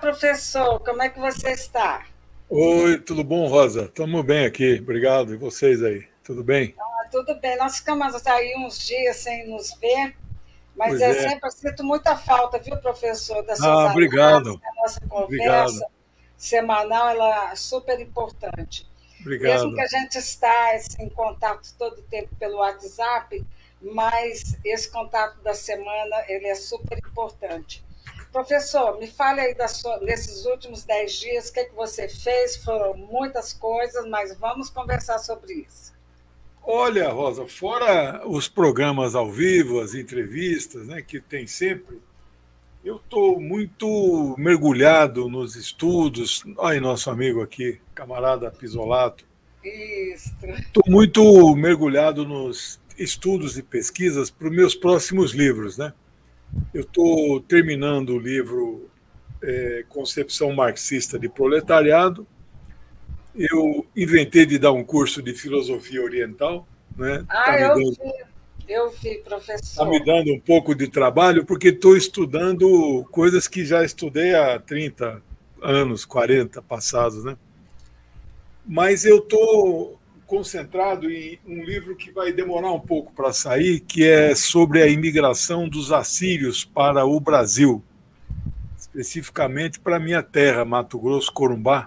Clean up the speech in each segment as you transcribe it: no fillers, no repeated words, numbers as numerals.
professor, como é que você está? Oi, tudo bom, Rosa? Estamos bem aqui, obrigado. E vocês aí, tudo bem? Tudo bem, nós ficamos aí uns dias sem nos ver, mas Pois é é. sempre eu sinto muita falta, viu, professor, das suas Ah, análises, obrigado, da nossa obrigado, conversa semanal, ela é super importante. Mesmo que obrigado. a gente está assim, em contato todo o tempo pelo WhatsApp, mas esse contato da semana ele é super importante. Professor, me fale aí nesses últimos 10 dias, o que, é que você fez? Foram muitas coisas, mas vamos conversar sobre isso. Olha, Rosa, fora os programas ao vivo, as entrevistas, né, que tem sempre, eu estou muito mergulhado nos estudos. Aí, nosso amigo aqui, camarada Pisolato, Isso. estou muito mergulhado nos estudos e pesquisas para os meus próximos livros, né? Eu estou terminando o livro Concepção Marxista de Proletariado. Eu inventei de dar um curso de filosofia oriental, né? Ah, eu vi, Tá me professor. dando um pouco de trabalho, porque estou estudando coisas que já estudei há 30 anos, 40 passados, né? Mas eu estou concentrado em um livro que vai demorar um pouco para sair, que é sobre a imigração dos assírios para o Brasil, especificamente para a minha terra, Mato Grosso, Corumbá.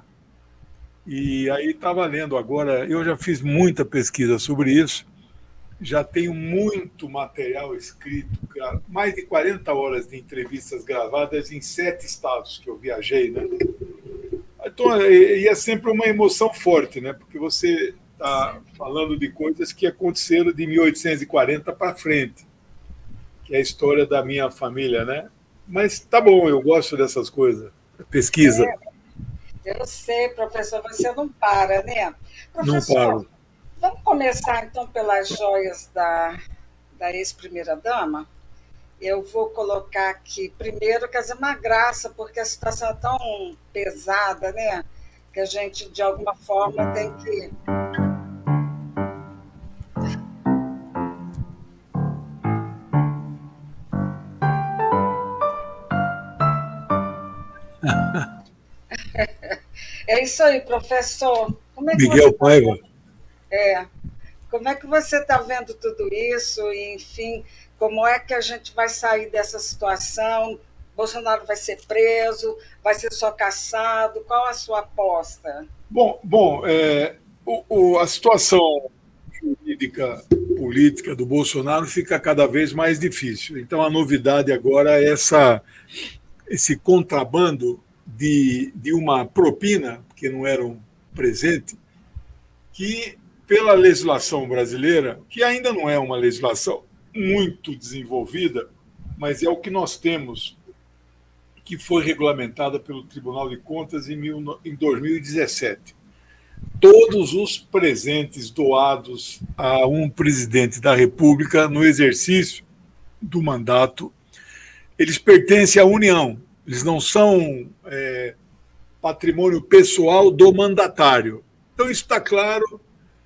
E aí estava lendo agora, eu já fiz muita pesquisa sobre isso, já tenho muito material escrito, mais de 40 horas de entrevistas gravadas em 7 estados que eu viajei, né? Então, e é sempre uma emoção forte, né? Porque você está falando de coisas que aconteceram de 1840 para frente, que é a história da minha família, né? Mas tá bom, eu gosto dessas coisas. Pesquisa, Eu sei, professor, você não para, né? não Professor, paro. vamos começar então pelas joias da ex-primeira-dama? Eu vou colocar aqui primeiro, quer dizer, uma graça, porque a situação é tão pesada, né? Que a gente, de alguma forma, tem que. É isso aí, professor. Como é que você Miguel está Paiva. é, como é que você está vendo tudo isso? E, enfim, como é que a gente vai sair dessa situação? Bolsonaro vai ser preso? Vai ser só caçado? Qual a sua aposta? A situação jurídica política do Bolsonaro fica cada vez mais difícil. Então, a novidade agora é esse contrabando de uma propina, que não era um presente, que, pela legislação brasileira, que ainda não é uma legislação muito desenvolvida, mas é o que nós temos, que foi regulamentada pelo Tribunal de Contas em 2017. Todos os presentes doados a um presidente da República no exercício do mandato, eles pertencem à União. Eles não são patrimônio pessoal do mandatário. Então, isso está claro.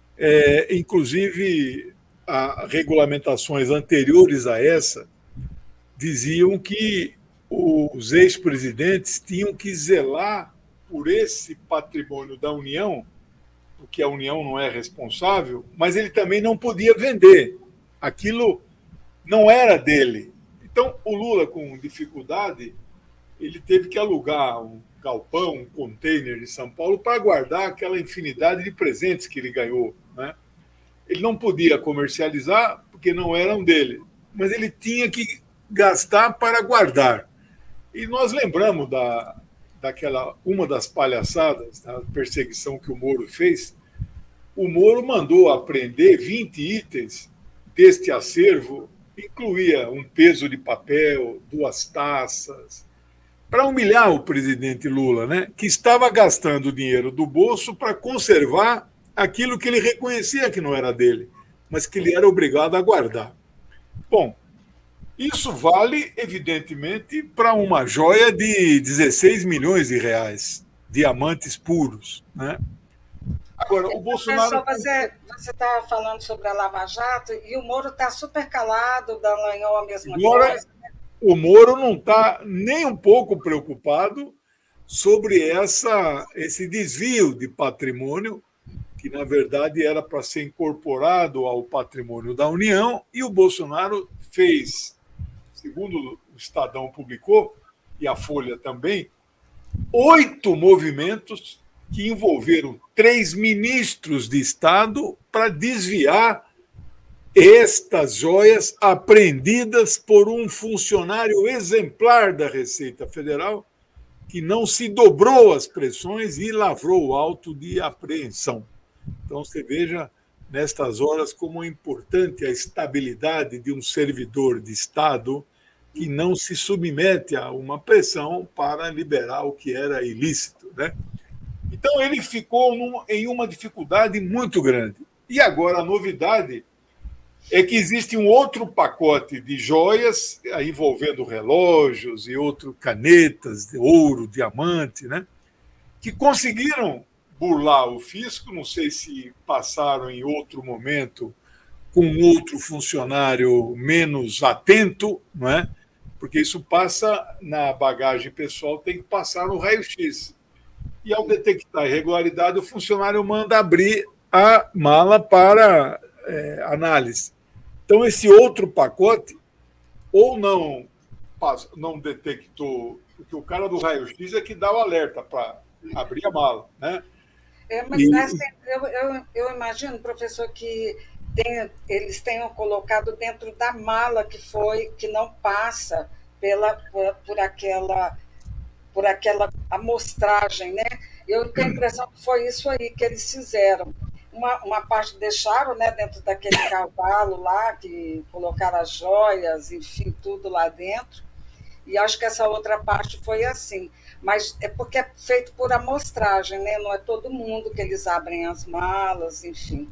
Inclusive, regulamentações anteriores a essa diziam que os ex-presidentes tinham que zelar por esse patrimônio da União, porque a União não é responsável, mas ele também não podia vender. Aquilo não era dele. Então, o Lula, com dificuldade, ele teve que alugar um galpão, um container de São Paulo para guardar aquela infinidade de presentes que ele ganhou, né? Ele não podia comercializar porque não eram dele, mas ele tinha que gastar para guardar. E nós lembramos daquela uma das palhaçadas, da perseguição que o Moro fez. O Moro mandou apreender 20 itens deste acervo, incluía um peso de papel, 2 taças, para humilhar o presidente Lula, né, que estava gastando o dinheiro do bolso para conservar aquilo que ele reconhecia que não era dele, mas que ele era obrigado a guardar. Bom, isso vale, evidentemente, para uma joia de 16 milhões de reais, diamantes puros. Né? Agora, o Bolsonaro. Professor, você está falando sobre a Lava Jato e o Moro está super calado, o Dallagnol a mesma Agora, coisa. o Moro não está nem um pouco preocupado, sobre esse desvio de patrimônio, que, na verdade, era para ser incorporado ao patrimônio da União, e o Bolsonaro fez, segundo o Estadão publicou, e a Folha também, 8 movimentos que envolveram 3 ministros de Estado para desviar estas joias apreendidas por um funcionário exemplar da Receita Federal que não se dobrou às pressões e lavrou o auto de apreensão. Então, você veja, nestas horas, como é importante a estabilidade de um servidor de Estado que não se submete a uma pressão para liberar o que era ilícito, né? Então, ele ficou em uma dificuldade muito grande. E agora a novidade é que existe um outro pacote de joias envolvendo relógios e outras canetas de ouro, diamante, né? Que conseguiram burlar o fisco, não sei se passaram em outro momento com outro funcionário menos atento, não é? Porque isso passa na bagagem pessoal, tem que passar no raio-x. E ao detectar irregularidade, o funcionário manda abrir a mala para análise. Então, esse outro pacote, ou não detectou, porque o cara do raio-x é que dá o alerta para abrir a mala, né? Mas assim, eu imagino, professor, que eles tenham colocado dentro da mala que não passa por aquela amostragem, né? Eu tenho a impressão que foi isso aí que eles fizeram. Uma parte deixaram, né, dentro daquele cavalo lá, que colocaram as joias, enfim, tudo lá dentro. E acho que essa outra parte foi assim. Mas é porque é feito por amostragem, né? Não é todo mundo que eles abrem as malas, enfim.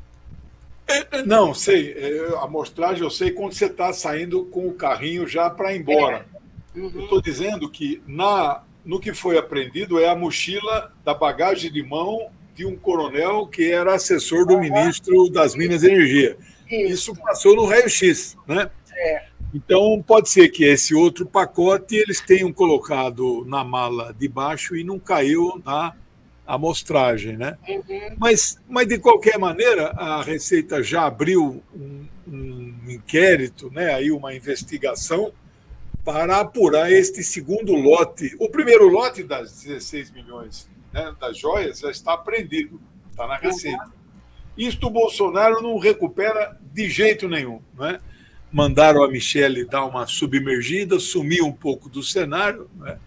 Não, sei. A amostragem eu sei quando você está saindo com o carrinho já para ir embora. Uhum. Eu estou dizendo que no que foi apreendido é a mochila da bagagem de mão de um coronel que era assessor do ministro das Minas e Energia. Isso passou no raio-x, né? Então, pode ser que esse outro pacote eles tenham colocado na mala de baixo e não caiu na amostragem, né? Uhum. Mas, de qualquer maneira, a Receita já abriu um inquérito, né? Aí uma investigação para apurar este segundo lote. O primeiro lote das 16 milhões, né, das joias já está apreendido, está na Receita. Isto o Bolsonaro não recupera de jeito nenhum, né? Mandaram a Michelle dar uma submergida, sumir um pouco do cenário, né?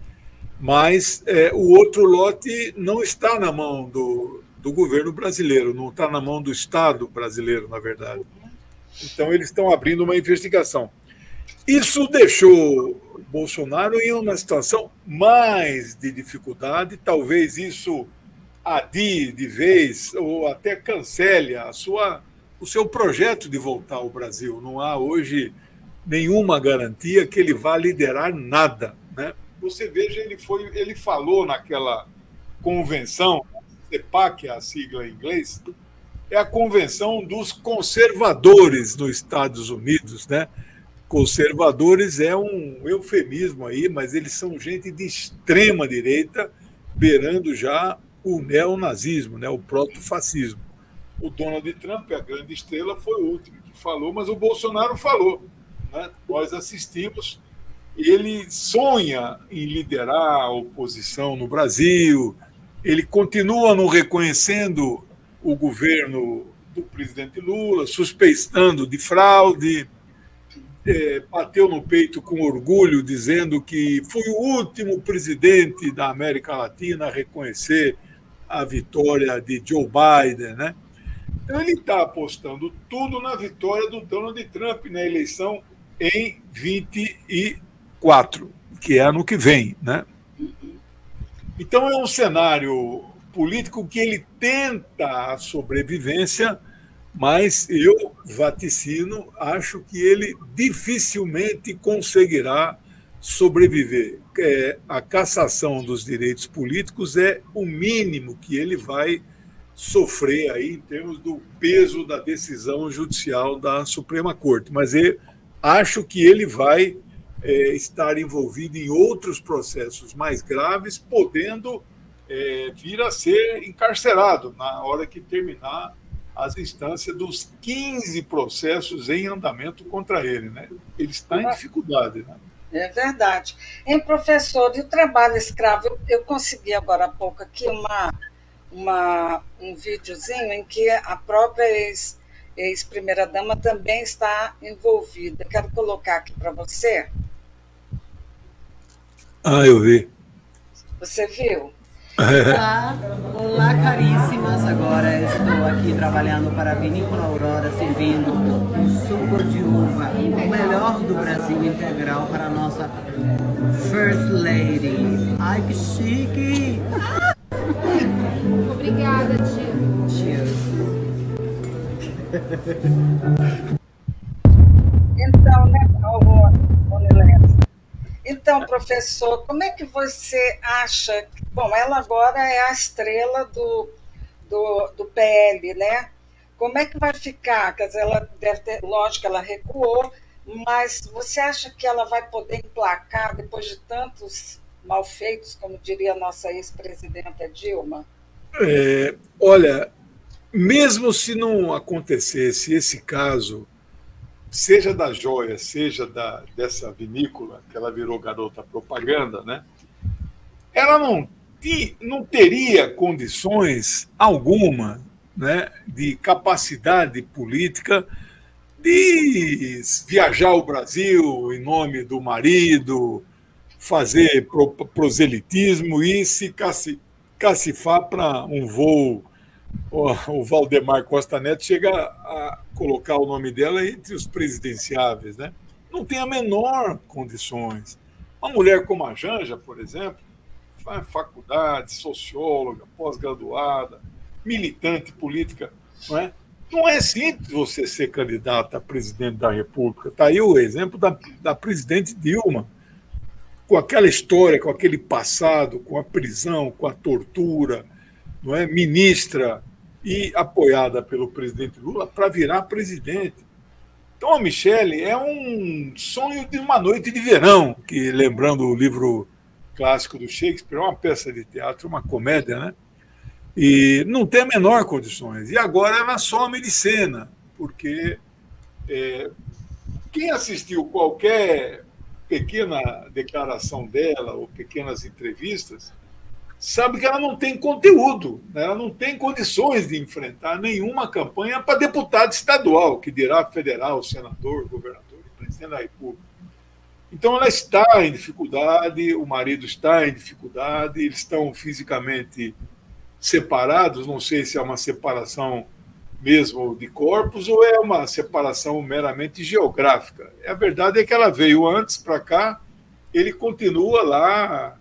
Mas o outro lote não está na mão do governo brasileiro, não está na mão do Estado brasileiro, na verdade. Então, eles estão abrindo uma investigação. Isso deixou Bolsonaro em uma situação mais de dificuldade, talvez isso adie de vez ou até cancele o seu projeto de voltar ao Brasil. Não há hoje nenhuma garantia que ele vá liderar nada, né? Você veja, ele falou naquela convenção, CEPAC, é a sigla em inglês, é a convenção dos conservadores nos Estados Unidos, né? Conservadores é um eufemismo aí, mas eles são gente de extrema direita, beirando já o neonazismo, né? O protofascismo. O Donald Trump, a grande estrela, foi o último que falou, mas o Bolsonaro falou, né? Nós assistimos. Ele sonha em liderar a oposição no Brasil, ele continua não reconhecendo o governo do presidente Lula, suspeitando de fraude, bateu no peito com orgulho, dizendo que foi o último presidente da América Latina a reconhecer a vitória de Joe Biden, né? Então, ele está apostando tudo na vitória do Donald Trump na eleição em 24, que é ano que vem, né? Então, é um cenário político que ele tenta a sobrevivência, mas eu vaticino, acho que ele dificilmente conseguirá sobreviver. A cassação dos direitos políticos é o mínimo que ele vai sofrer aí em termos do peso da decisão judicial da Suprema Corte. Mas eu acho que ele vai estar envolvido em outros processos mais graves, podendo vir a ser encarcerado na hora que terminar as instâncias dos 15 processos em andamento contra ele. Né? Ele está em dificuldade. Né? É verdade. Em professor, e o trabalho escravo, eu consegui agora há pouco aqui um videozinho em que a própria ex-primeira-dama também está envolvida. Quero colocar aqui para você. Eu vi. Você viu? Olá, caríssimas. Agora estou aqui trabalhando para a Vinícola Aurora, servindo um suco de uva, o melhor do Brasil integral para a nossa First Lady. Ai, que chique! Obrigada, tio. Cheers. Então, né, então, professor, como é que você acha... Bom, ela agora é a estrela do PL, né? Como é que vai ficar? Quer dizer, ela deve ter... Lógico, ela recuou, mas você acha que ela vai poder emplacar depois de tantos malfeitos, como diria a nossa ex-presidenta Dilma? Olha, mesmo se não acontecesse esse caso, seja da joia, seja dessa vinícola, que ela virou garota propaganda, né? Ela não teria condições alguma, né, de capacidade política de viajar ao Brasil em nome do marido, fazer proselitismo e se cacifar para um voo. O Valdemar Costa Neto chega a colocar o nome dela entre os presidenciáveis. Né? Não tem a menor condições. Uma mulher como a Janja, por exemplo, faz faculdade, socióloga, pós-graduada, militante política. Não é simples você ser candidata a presidente da República. Está aí o exemplo da presidente Dilma, com aquela história, com aquele passado, com a prisão, com a tortura, não é? Ministra e apoiada pelo presidente Lula para virar presidente. Então, a Michelle é um sonho de uma noite de verão, que, lembrando o livro clássico do Shakespeare, é uma peça de teatro, uma comédia, né? E não tem a menor condições. E agora ela some de cena, porque quem assistiu qualquer pequena declaração dela ou pequenas entrevistas sabe que ela não tem conteúdo, né? Ela não tem condições de enfrentar nenhuma campanha para deputado estadual, que dirá federal, senador, governador e presidente da República. Então ela está em dificuldade, o marido está em dificuldade, eles estão fisicamente separados, não sei se é uma separação mesmo de corpos ou é uma separação meramente geográfica. A verdade é que ela veio antes para cá, ele continua lá.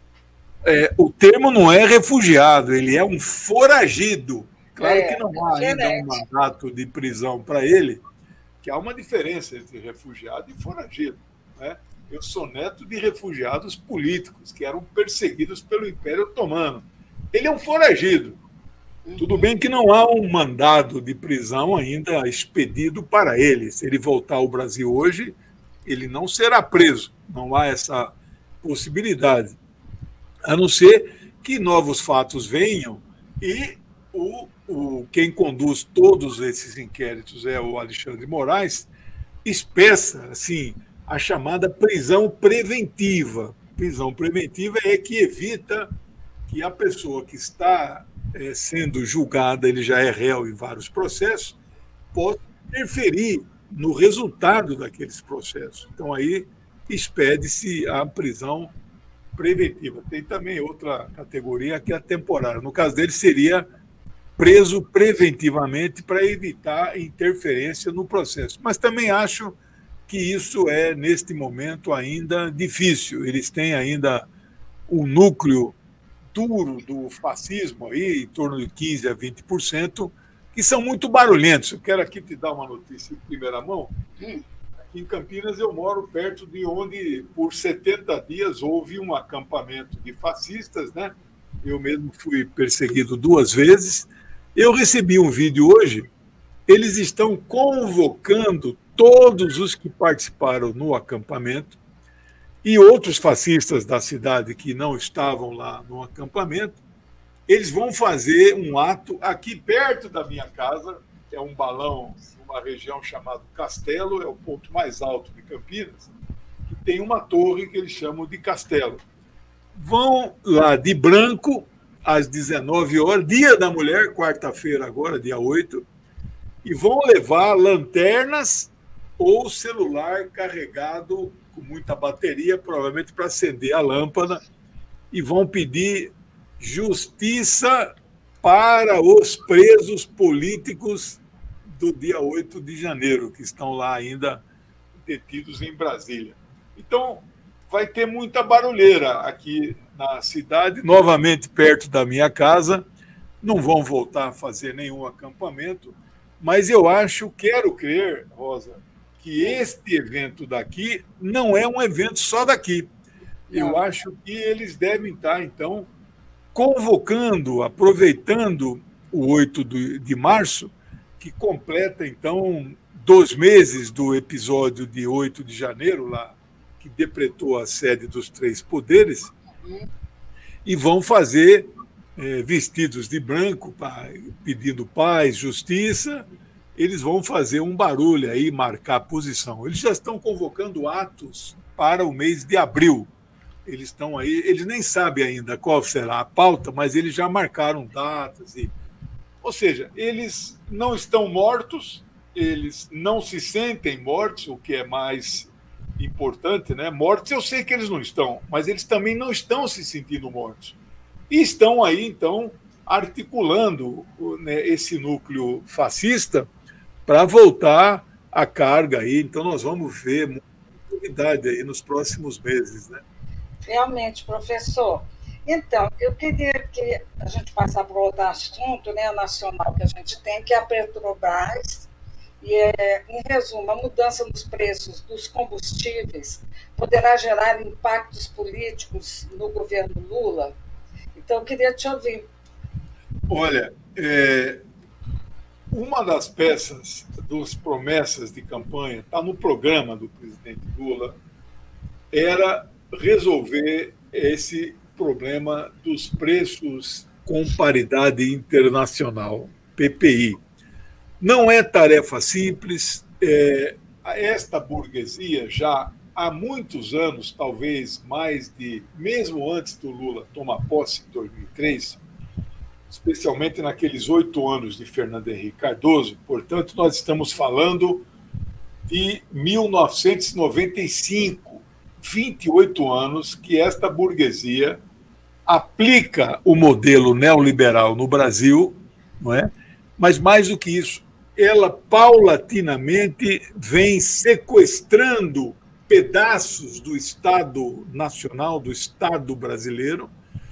O termo não é refugiado, ele é um foragido. Claro que não há ainda um mandato de prisão para ele, que há uma diferença entre refugiado e foragido. Né? Eu sou neto de refugiados políticos que eram perseguidos pelo Império Otomano. Ele é um foragido. Tudo bem que não há um mandado de prisão ainda expedido para ele. Se ele voltar ao Brasil hoje, ele não será preso. Não há essa possibilidade. A não ser que novos fatos venham e quem conduz todos esses inquéritos é o Alexandre de Moraes, espeça assim, a chamada prisão preventiva. Prisão preventiva é que evita que a pessoa que está sendo julgada, ele já é réu em vários processos, possa interferir no resultado daqueles processos. Então, aí expede-se a prisão preventiva. Tem também outra categoria que é a temporária. No caso dele, seria preso preventivamente para evitar interferência no processo. Mas também acho que isso é, neste momento, ainda difícil. Eles têm ainda um núcleo duro do fascismo, aí, em torno de 15% a 20%, que são muito barulhentos. Eu quero aqui te dar uma notícia em primeira mão. Aqui em Campinas eu moro perto de onde, por 70 dias, houve um acampamento de fascistas, né? Eu mesmo fui perseguido 2 vezes. Eu recebi um vídeo hoje, eles estão convocando todos os que participaram no acampamento e outros fascistas da cidade que não estavam lá no acampamento, eles vão fazer um ato aqui perto da minha casa, que é um balão, numa região chamada Castelo, é o ponto mais alto de Campinas, que tem uma torre que eles chamam de Castelo. Vão lá de branco, às 19 horas, Dia da Mulher, quarta-feira agora, dia 8, e vão levar lanternas ou celular carregado com muita bateria, provavelmente para acender a lâmpada, e vão pedir justiça para os presos políticos do dia 8 de janeiro, que estão lá ainda detidos em Brasília. Então, vai ter muita barulheira aqui na cidade, novamente perto da minha casa. Não vão voltar a fazer nenhum acampamento, mas eu quero crer, Rosa, que este evento daqui não é um evento só daqui. Eu acho que eles devem estar, então, convocando, aproveitando o 8 de março, que completa, então, 2 meses do episódio de 8 de janeiro, lá, que depredou a sede dos 3 poderes, e vão fazer vestidos de branco, pedindo paz, justiça. Eles vão fazer um barulho aí, marcar posição. Eles já estão convocando atos para o mês de abril. Eles estão aí, eles nem sabem ainda qual será a pauta, mas eles já marcaram datas. Ou seja, eles não estão mortos, eles não se sentem mortos, o que é mais importante, né? Mortos eu sei que eles não estão, mas eles também não estão se sentindo mortos. E estão aí, então, articulando, né, esse núcleo fascista para voltar à carga aí. Então, nós vamos ver muita novidade aí nos próximos meses, né? Realmente, professor. Então, eu queria que a gente passasse para outro assunto, né, nacional que a gente tem, que é a Petrobras. E, em resumo, a mudança nos preços dos combustíveis poderá gerar impactos políticos no governo Lula? Então, eu queria te ouvir. Olha, uma das peças das promessas de campanha, está no programa do presidente Lula, era resolver esse problema dos preços com paridade internacional, PPI. Não é tarefa simples. Esta burguesia já há muitos anos, talvez mais mesmo antes do Lula tomar posse em 2003, especialmente naqueles 8 anos de Fernando Henrique Cardoso, portanto, nós estamos falando de 1995, 28 anos que esta burguesia aplica o modelo neoliberal no Brasil, não é? Mas mais do que isso, ela paulatinamente vem sequestrando pedaços do Estado nacional, do Estado brasileiro,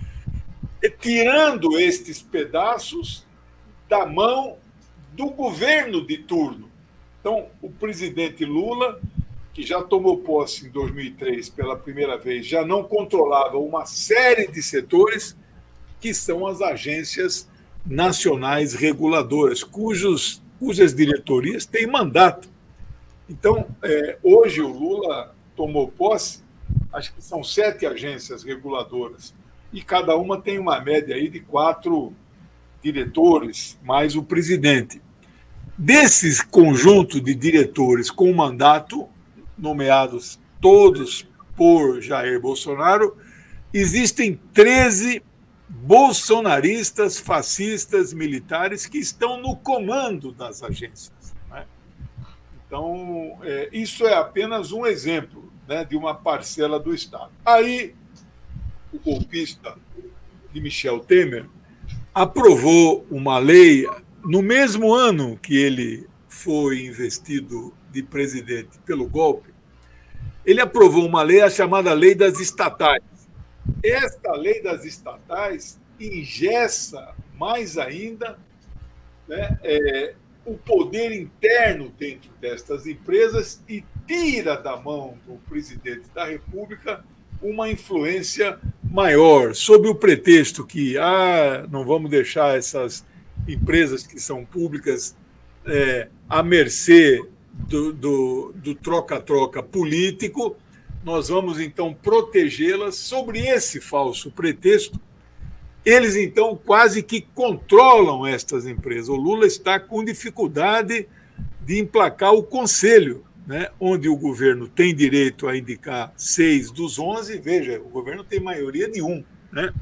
e tirando estes pedaços da mão do governo de turno. Então, o presidente Lula, que já tomou posse em 2003 pela primeira vez, já não controlava uma série de setores que são as agências nacionais reguladoras, cujas diretorias têm mandato. Então, hoje o Lula tomou posse, acho que são 7 agências reguladoras, e cada uma tem uma média aí de 4 diretores, mais o presidente. Desses conjunto de diretores com mandato, nomeados todos por Jair Bolsonaro, existem 13 bolsonaristas, fascistas, militares que estão no comando das agências, né? Então, isso é apenas um exemplo, né, de uma parcela do Estado. Aí, o golpista de Michel Temer aprovou uma lei no mesmo ano que ele foi investido de presidente pelo golpe. Ele aprovou uma lei, a chamada Lei das Estatais. Esta lei das estatais engessa mais ainda, né, o poder interno dentro destas empresas e tira da mão do presidente da República uma influência maior, sob o pretexto que não vamos deixar essas empresas que são públicas à mercê do troca-troca político. nós vamos, então, protegê-las sobre esse falso pretexto. Eles, então, quase que controlam estas empresas. O Lula está com dificuldade de emplacar o conselho, né, onde o governo tem direito a indicar 6 dos 11. Veja, o governo tem maioria de 1. Né?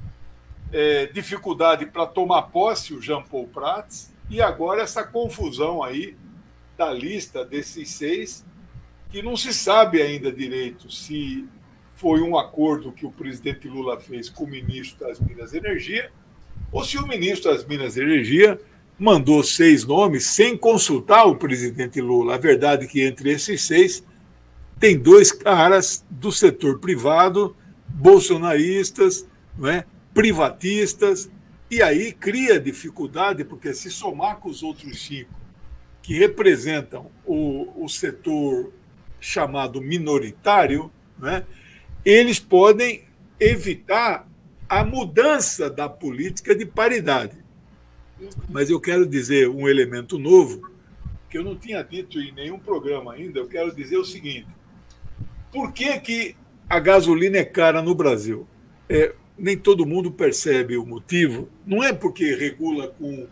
Dificuldade para tomar posse o Jean Paul Prats, e agora essa confusão aí da lista desses 6, que não se sabe ainda direito se foi um acordo que o presidente Lula fez com o ministro das Minas e Energia, ou se o ministro das Minas e Energia mandou 6 nomes sem consultar o presidente Lula. A verdade é que entre esses 6 tem 2 caras do setor privado, bolsonaristas, não é? Privatistas, e aí cria dificuldade, porque se somar com os outros 5 que representam o setor chamado minoritário, né, eles podem evitar a mudança da política de paridade. Mas eu quero dizer um elemento novo, que eu não tinha dito em nenhum programa ainda. Eu quero dizer o seguinte: por que a gasolina é cara no Brasil? Nem todo mundo percebe o motivo. Não é porque regula com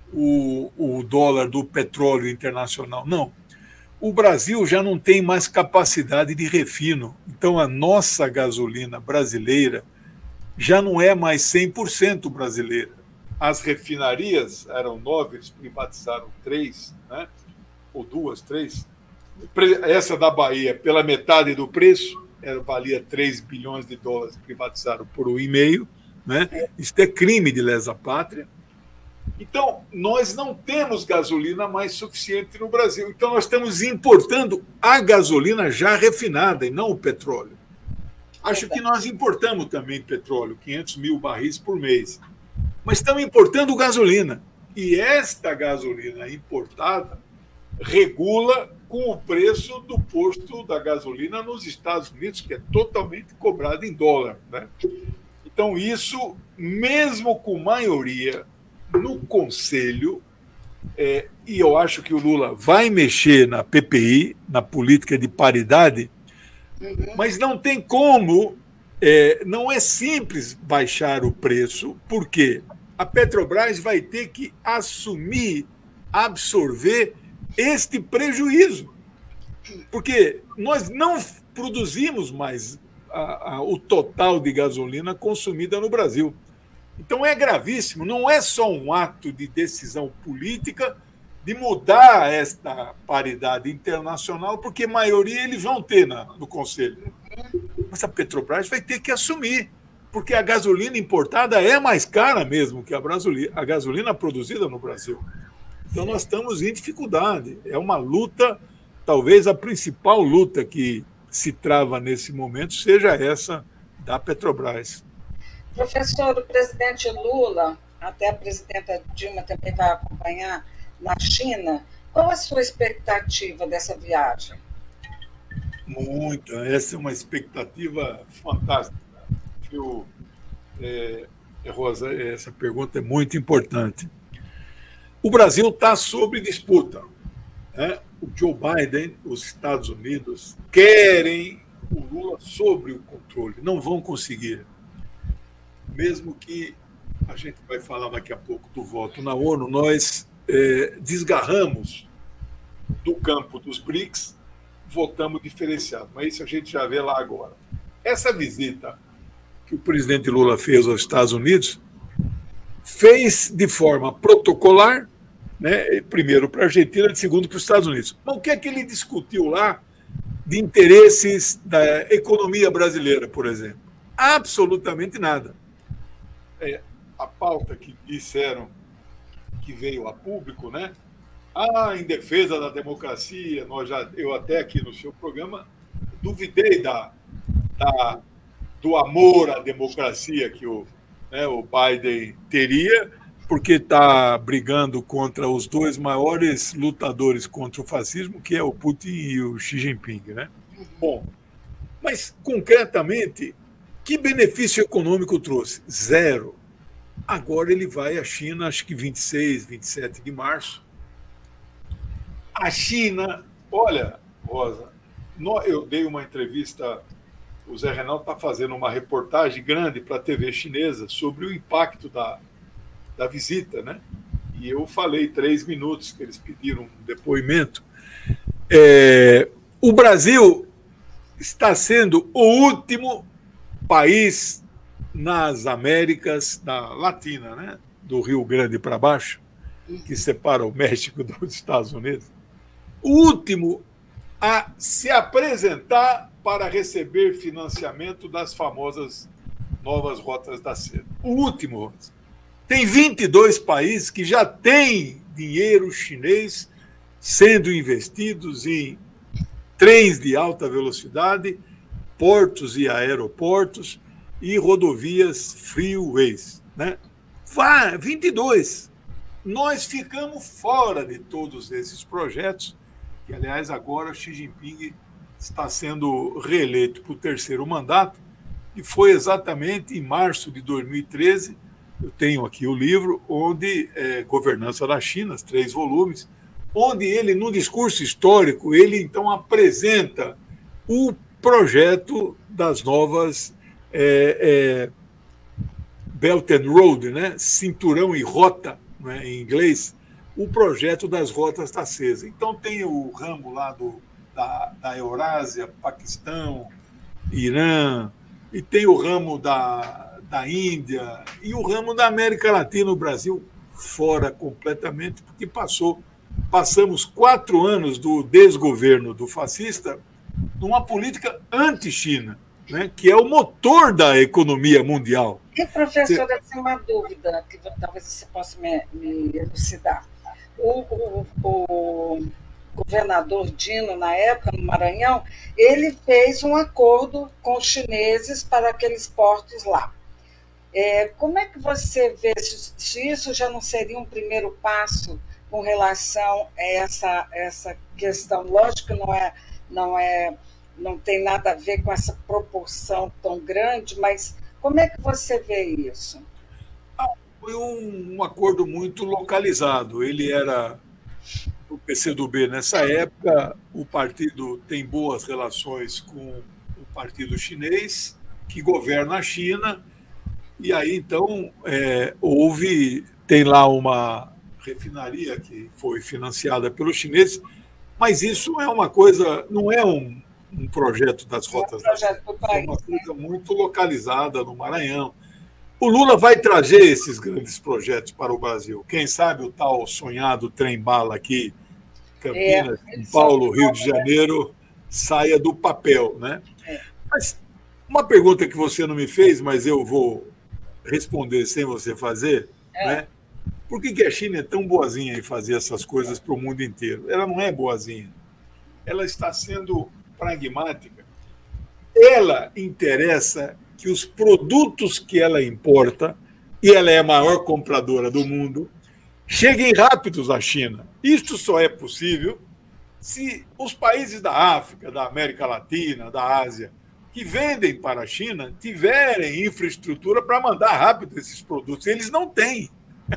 o dólar do petróleo internacional, não. O Brasil já não tem mais capacidade de refino. Então, a nossa gasolina brasileira já não é mais 100% brasileira. As refinarias eram 9, eles privatizaram 3, né? Ou 2, 3. Essa da Bahia, pela metade do preço, valia 3 bilhões de dólares, privatizaram por 1,5. Né? Isso é crime de lesa pátria. Então, nós não temos gasolina mais suficiente no Brasil. Então, nós estamos importando a gasolina já refinada e não o petróleo. Acho que nós importamos também petróleo, 500 mil barris por mês. Mas estamos importando gasolina. E esta gasolina importada regula com o preço do posto da gasolina nos Estados Unidos, que é totalmente cobrado em dólar. Né? Então, isso, mesmo com maioria no Conselho, e eu acho que o Lula vai mexer na PPI, na política de paridade, mas não tem como, não é simples baixar o preço, porque a Petrobras vai ter que assumir, absorver este prejuízo, porque nós não produzimos mais o total de gasolina consumida no Brasil. Então é gravíssimo, não é só um ato de decisão política de mudar esta paridade internacional, porque a maioria eles vão ter no Conselho. Mas a Petrobras vai ter que assumir, porque a gasolina importada é mais cara mesmo que a gasolina produzida no Brasil. Então nós estamos em dificuldade. É uma luta, talvez a principal luta que se trava nesse momento seja essa da Petrobras. Professor, o presidente Lula, até a presidenta Dilma também vai acompanhar na China. Qual a sua expectativa dessa viagem? Muita. Essa é uma expectativa fantástica. Rosa, essa pergunta é muito importante. O Brasil está sob disputa. Né? O Joe Biden, os Estados Unidos, querem o Lula sob o controle. Não vão conseguir. Mesmo que a gente vai falar daqui a pouco do voto na ONU, nós desgarramos do campo dos BRICS, votamos diferenciado. Mas isso a gente já vê lá agora. Essa visita que o presidente Lula fez aos Estados Unidos fez de forma protocolar, né, primeiro para a Argentina, e segundo para os Estados Unidos. Mas o que é que ele discutiu lá de interesses da economia brasileira, por exemplo? Absolutamente nada. A pauta que disseram que veio a público, né? Em defesa da democracia, eu até aqui no seu programa duvidei do amor à democracia que o Biden teria, porque está brigando contra os 2 maiores lutadores contra o fascismo, que é o Putin e o Xi Jinping. Né? Bom, mas, concretamente, que benefício econômico trouxe? 0. Agora ele vai à China, acho que 26, 27 de março. A China, olha, Rosa, Eu dei uma entrevista, o Zé Reinaldo está fazendo uma reportagem grande para a TV chinesa sobre o impacto da visita, né? E eu falei 3 minutos que eles pediram um depoimento. O Brasil está sendo o último país nas Américas Latina, né? Do Rio Grande para baixo, que separa o México dos Estados Unidos, o último a se apresentar para receber financiamento das famosas novas rotas da seda. O último. Tem 22 países que já têm dinheiro chinês sendo investidos em trens de alta velocidade, portos e aeroportos e rodovias freeways, né? 22. Nós ficamos fora de todos esses projetos, que, aliás, agora Xi Jinping está sendo reeleito para o 3º mandato, e foi exatamente em março de 2013, eu tenho aqui o livro, onde Governança da China, 3 volumes, onde ele, num discurso histórico, ele então apresenta o projeto das novas Belt and Road, né? Cinturão e rota, né, em inglês, o projeto das rotas da seda. Então tem o ramo lá da Eurásia, Paquistão, Irã, e tem o ramo da Índia e o ramo da América Latina, o Brasil fora completamente, porque passamos 4 anos do desgoverno do fascista numa política anti-China, né, que é o motor da economia mundial. E, professor, eu tenho uma dúvida que talvez você possa me elucidar. O governador Dino, na época, no Maranhão, ele fez um acordo com os chineses para aqueles portos lá. Como é que você vê se isso já não seria um primeiro passo com relação a essa questão? Lógico que não tem nada a ver com essa proporção tão grande, mas como é que você vê isso? Foi um acordo muito localizado. Ele era do PCdoB nessa época. O partido tem boas relações com o partido chinês, que governa a China, e aí então tem lá uma refinaria que foi financiada pelos chineses, mas isso é uma coisa, não é um projeto das rotas da seda, é uma coisa muito localizada no Maranhão. O Lula vai trazer esses grandes projetos para o Brasil. Quem sabe o tal sonhado trem-bala aqui, Campinas, São Paulo, Rio de Janeiro, saia do papel, né? Mas uma pergunta que você não me fez, mas eu vou responder sem você fazer, né? Por que a China é tão boazinha em fazer essas coisas para o mundo inteiro? Ela não é boazinha. Ela está sendo pragmática. Ela interessa que os produtos que ela importa, e ela é a maior compradora do mundo, cheguem rápidos à China. Isso só é possível se os países da África, da América Latina, da Ásia, que vendem para a China, tiverem infraestrutura para mandar rápido esses produtos. Eles não têm.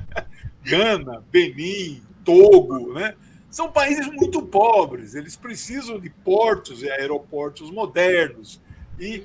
Gana, Benin, Togo, né? São países muito pobres. Eles precisam de portos e aeroportos modernos e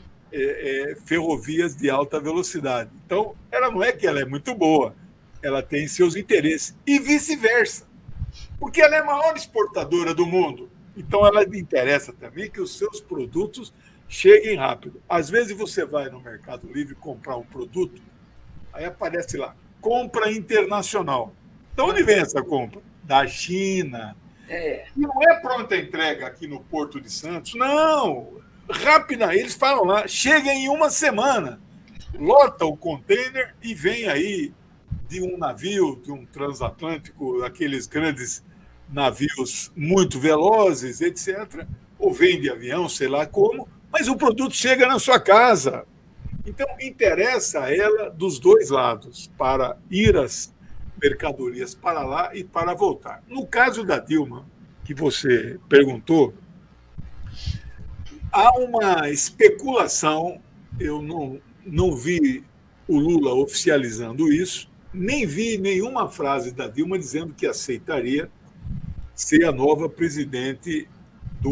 ferrovias de alta velocidade. Então, ela não é que ela é muito boa, ela tem seus interesses. E vice-versa, porque ela é a maior exportadora do mundo. Então, ela interessa também que os seus produtos cheguem rápido. Às vezes, você vai no Mercado Livre comprar um produto, aí aparece lá, compra internacional. De onde vem essa compra? Da China. E não é pronta entrega aqui no Porto de Santos, não. Rápida, eles falam lá, chega em 1 semana, lota o container e vem aí de um navio, de um transatlântico, aqueles grandes navios muito velozes, etc., ou vem de avião, sei lá como, mas o produto chega na sua casa. Então, interessa a ela dos dois lados, para ir as mercadorias para lá e para voltar. No caso da Dilma, que você perguntou, há uma especulação, eu não vi o Lula oficializando isso, nem vi nenhuma frase da Dilma dizendo que aceitaria ser a nova presidente dos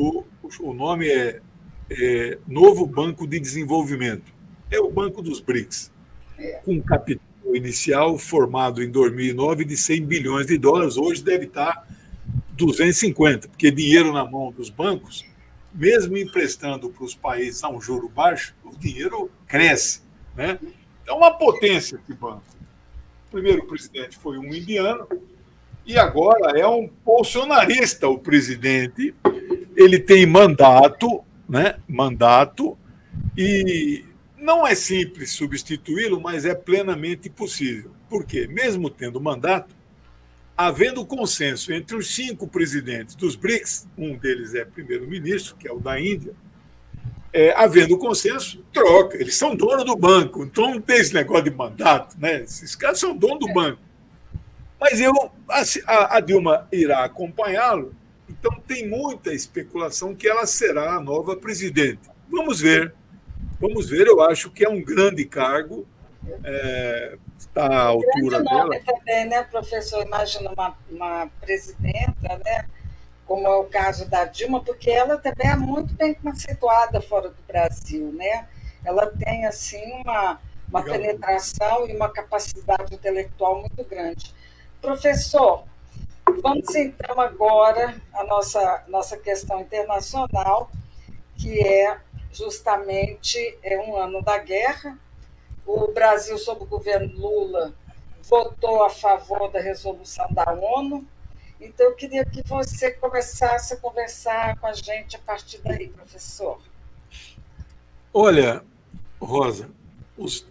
o nome é Novo Banco de Desenvolvimento. É o Banco dos BRICS, com capital inicial formado em 2009 de 100 bilhões de dólares, hoje deve estar 250, porque dinheiro na mão dos bancos, mesmo emprestando para os países a um juro baixo, o dinheiro cresce, né? É uma potência esse banco. O primeiro presidente foi um indiano e agora é um bolsonarista o presidente. Ele tem mandato, né? Mandato, e não é simples substituí-lo, mas é plenamente possível. Por quê? Mesmo tendo mandato, havendo consenso entre os 5 presidentes dos BRICS, um deles é primeiro-ministro, que é o da Índia, havendo consenso, troca. Eles são dono do banco, então não tem esse negócio de mandato, né? Esses caras são dono do banco. Mas a Dilma irá acompanhá-lo, então tem muita especulação que ela será a nova presidente. Vamos ver, eu acho que é um grande cargo, está à altura grande nome dela. Também, né, professor? Imagina uma presidenta, né? Como é o caso da Dilma, porque ela também é muito bem conceituada fora do Brasil, né? Ela tem, assim, uma penetração e uma capacidade intelectual muito grande. Professor, vamos então agora à nossa questão internacional, que é justamente um ano da guerra. O Brasil, sob o governo Lula, votou a favor da resolução da ONU. Então, eu queria que você começasse a conversar com a gente a partir daí, professor. Olha, Rosa, os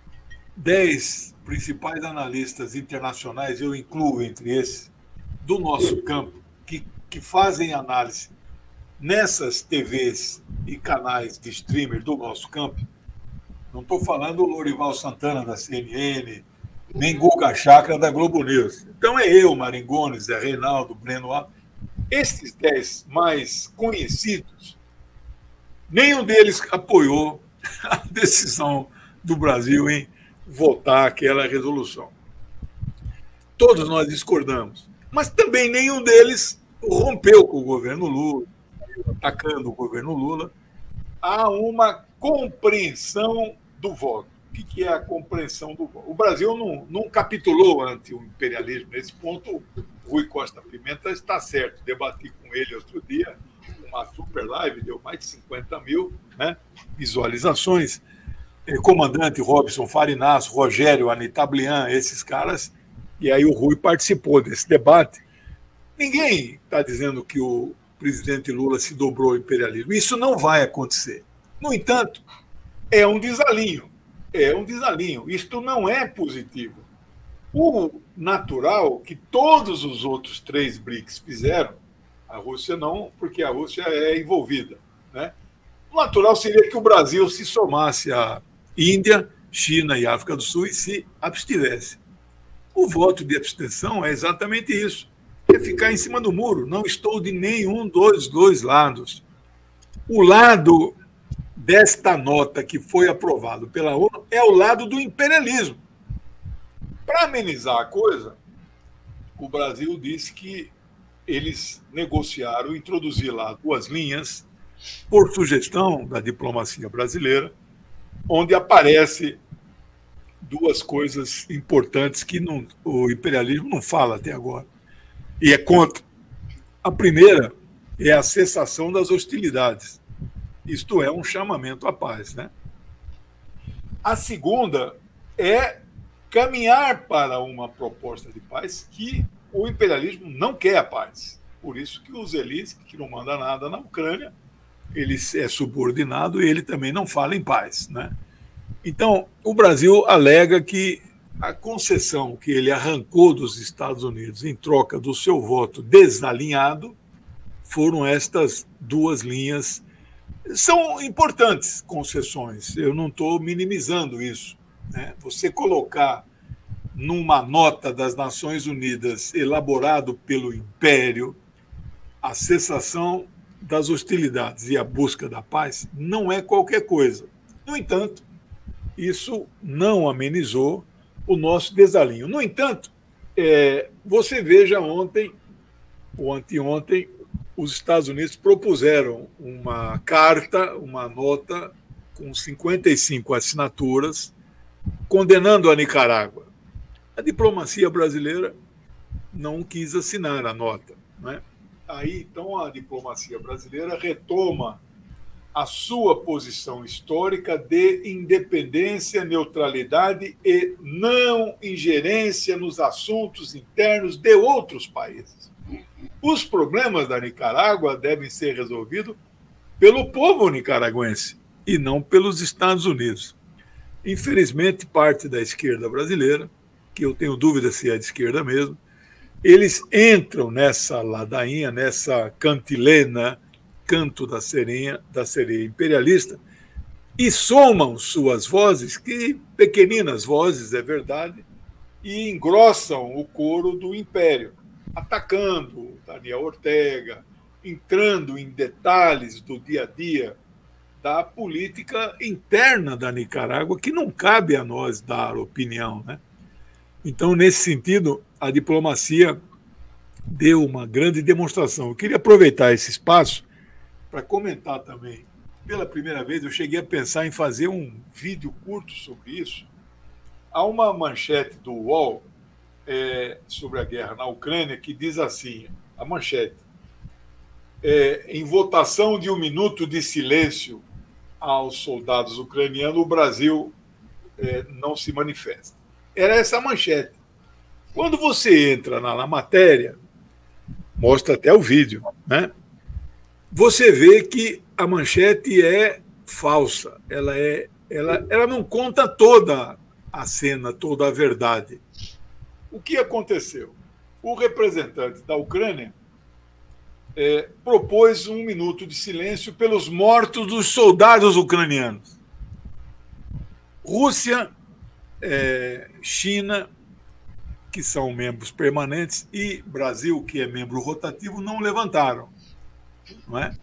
10 principais analistas internacionais, eu incluo entre esses, do nosso campo, que fazem análise nessas TVs e canais de streamer do nosso campo. Não estou falando do Lorival Santana, da CNN, nem Guga Chakra, da Globo News. Então é eu, Maringoni, Zé Reinaldo, Breno Alves. Esses 10 mais conhecidos, nenhum deles apoiou a decisão do Brasil em votar aquela resolução. Todos nós discordamos, mas também nenhum deles rompeu com o governo Lula, atacando o governo Lula. Há uma compreensão do voto. O que é a compreensão do voto? O Brasil não capitulou ante o imperialismo. Nesse ponto, Rui Costa Pimenta está certo. Debati com ele outro dia, uma super live, deu mais de 50 mil, né, visualizações. Comandante Robson Farinas, Rogério Anitablian, esses caras, e aí o Rui participou desse debate. Ninguém está dizendo que o presidente Lula se dobrou ao imperialismo. Isso não vai acontecer. No entanto, é um desalinho. Isto não é positivo. O natural que todos os outros 3 BRICS fizeram, a Rússia não, porque a Rússia é envolvida, né? O natural seria que o Brasil se somasse à Índia, China e África do Sul e se abstivesse. O voto de abstenção é exatamente isso. É ficar em cima do muro. Não estou de nenhum dos 2 lados. O lado desta nota que foi aprovado pela ONU é o lado do imperialismo. Para amenizar a coisa, o Brasil disse que eles negociaram introduzir lá 2 linhas por sugestão da diplomacia brasileira, onde aparece 2 coisas importantes que o imperialismo não fala até agora, e é contra. A primeira é a cessação das hostilidades. Isto é um chamamento à paz, né? A segunda é caminhar para uma proposta de paz que o imperialismo não quer a paz. Por isso que o Zelensky, que não manda nada na Ucrânia, ele é subordinado e ele também não fala em paz, né? Então, o Brasil alega que a concessão que ele arrancou dos Estados Unidos em troca do seu voto desalinhado foram estas 2 linhas. São importantes concessões, eu não estou minimizando isso, né? Você colocar numa nota das Nações Unidas, elaborado pelo Império, a cessação das hostilidades e a busca da paz, não é qualquer coisa. No entanto, isso não amenizou o nosso desalinho. No entanto, você veja ontem ou anteontem os Estados Unidos propuseram uma carta, uma nota com 55 assinaturas, condenando a Nicarágua. A diplomacia brasileira não quis assinar a nota, né? Aí, então, a diplomacia brasileira retoma a sua posição histórica de independência, neutralidade e não ingerência nos assuntos internos de outros países. Os problemas da Nicarágua devem ser resolvidos pelo povo nicaragüense e não pelos Estados Unidos. Infelizmente, parte da esquerda brasileira, que eu tenho dúvida se é de esquerda mesmo, eles entram nessa ladainha, nessa cantilena, canto da sereia imperialista, e somam suas vozes, que pequeninas vozes, é verdade, e engrossam o coro do império, atacando Daniel Ortega, entrando em detalhes do dia a dia da política interna da Nicarágua, que não cabe a nós dar opinião, né? Então, nesse sentido, a diplomacia deu uma grande demonstração. Eu queria aproveitar esse espaço para comentar também. Pela primeira vez, eu cheguei a pensar em fazer um vídeo curto sobre isso. Há uma manchete do UOL sobre a guerra na Ucrânia que diz assim, a manchete, em votação de 1 minuto de silêncio aos soldados ucranianos, o Brasil não se manifesta. Era essa a manchete. Quando você entra na matéria, mostra até o vídeo, né? Você vê que a manchete é falsa. Ela não conta toda a cena, toda a verdade. O que aconteceu? O representante da Ucrânia propôs 1 minuto de silêncio pelos mortos dos soldados ucranianos. Rússia, China, que são membros permanentes, e Brasil, que é membro rotativo, não levantaram. Não é?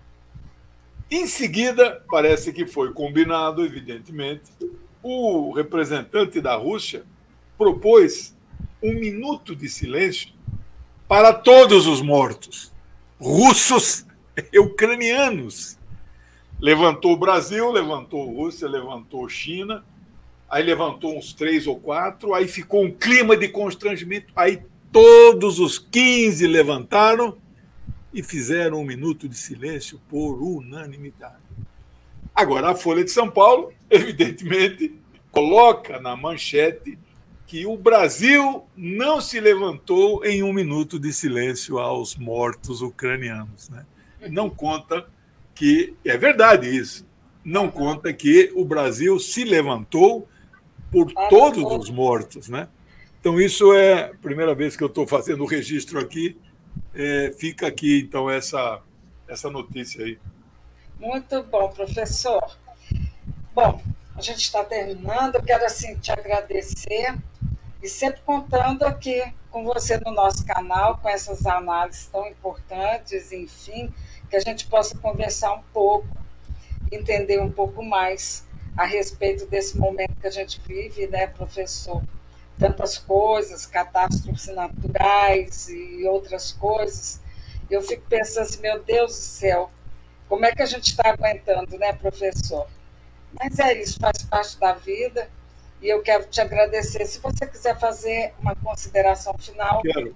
Em seguida, parece que foi combinado, evidentemente, o representante da Rússia propôs 1 minuto de silêncio para todos os mortos, russos e ucranianos. Levantou o Brasil, levantou a Rússia, levantou a China, aí levantou uns 3 ou 4, aí ficou um clima de constrangimento, aí todos os 15 levantaram e fizeram 1 minuto de silêncio por unanimidade. Agora, a Folha de São Paulo, evidentemente, coloca na manchete que o Brasil não se levantou em 1 minuto de silêncio aos mortos ucranianos, né? Não conta que, é verdade isso, não conta que o Brasil se levantou por todos os mortos, né? Então, isso é a primeira vez que eu estou fazendo o registro aqui. Fica aqui, então, essa notícia aí. Muito bom, professor. Bom, a gente está terminando. Eu quero, assim, te agradecer e sempre contando aqui com você no nosso canal, com essas análises tão importantes, enfim, que a gente possa conversar um pouco, entender um pouco mais a respeito desse momento que a gente vive, né, professor? Tantas coisas, catástrofes naturais e outras coisas. Eu fico pensando assim, meu Deus do céu, como é que a gente está aguentando, né, professor? Mas é isso, faz parte da vida e eu quero te agradecer. Se você quiser fazer uma consideração final. Quero.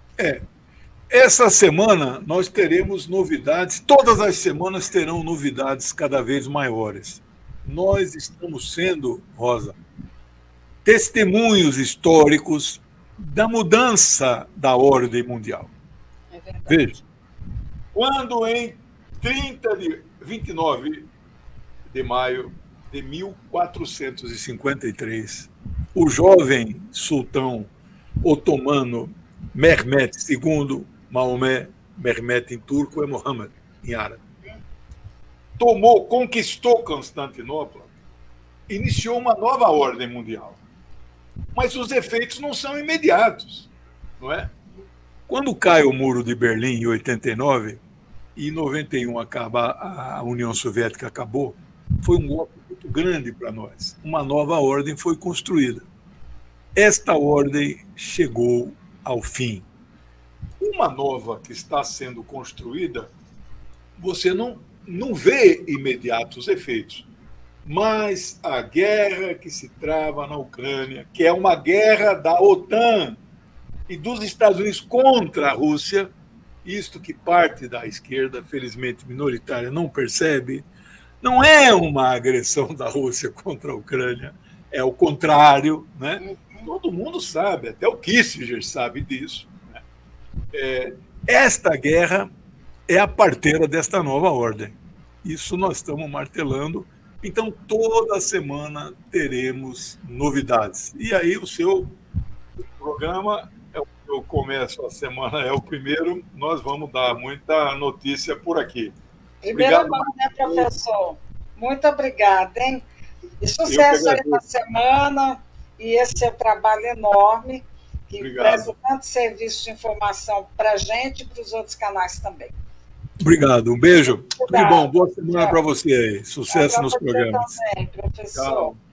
Essa semana nós teremos novidades, todas as semanas terão novidades cada vez maiores. Nós estamos sendo, Rosa, testemunhos históricos da mudança da ordem mundial. É verdade. Veja, quando em 29 de maio de 1453, o jovem sultão otomano Mehmed II, Maomé, Mehmed em turco é Mohammed em árabe, conquistou Constantinopla, iniciou uma nova ordem mundial. Mas os efeitos não são imediatos, não é? Quando cai o Muro de Berlim em 89 e em 91 a União Soviética acabou, foi um golpe muito grande para nós. Uma nova ordem foi construída. Esta ordem chegou ao fim. uma nova que está sendo construída, você não vê imediatos efeitos. Mas a guerra que se trava na Ucrânia, que é uma guerra da OTAN e dos Estados Unidos contra a Rússia, isto que parte da esquerda, felizmente minoritária, não percebe, não é uma agressão da Rússia contra a Ucrânia, é o contrário, né? Todo mundo sabe, até o Kissinger sabe disso, né? Esta guerra é a parteira desta nova ordem. Isso nós estamos martelando. Então, toda semana teremos novidades. E aí, o seu programa, eu começo a semana, é o primeiro, nós vamos dar muita notícia por aqui. Primeira mão, né, professor? Muito obrigada, hein? E sucesso aí na semana, e esse é um trabalho enorme, que presta tanto serviço de informação para a gente e para os outros canais também. Obrigado, um beijo. Tudo de bom, boa semana para você aí. Sucesso nos programas. Também, professor. Tchau.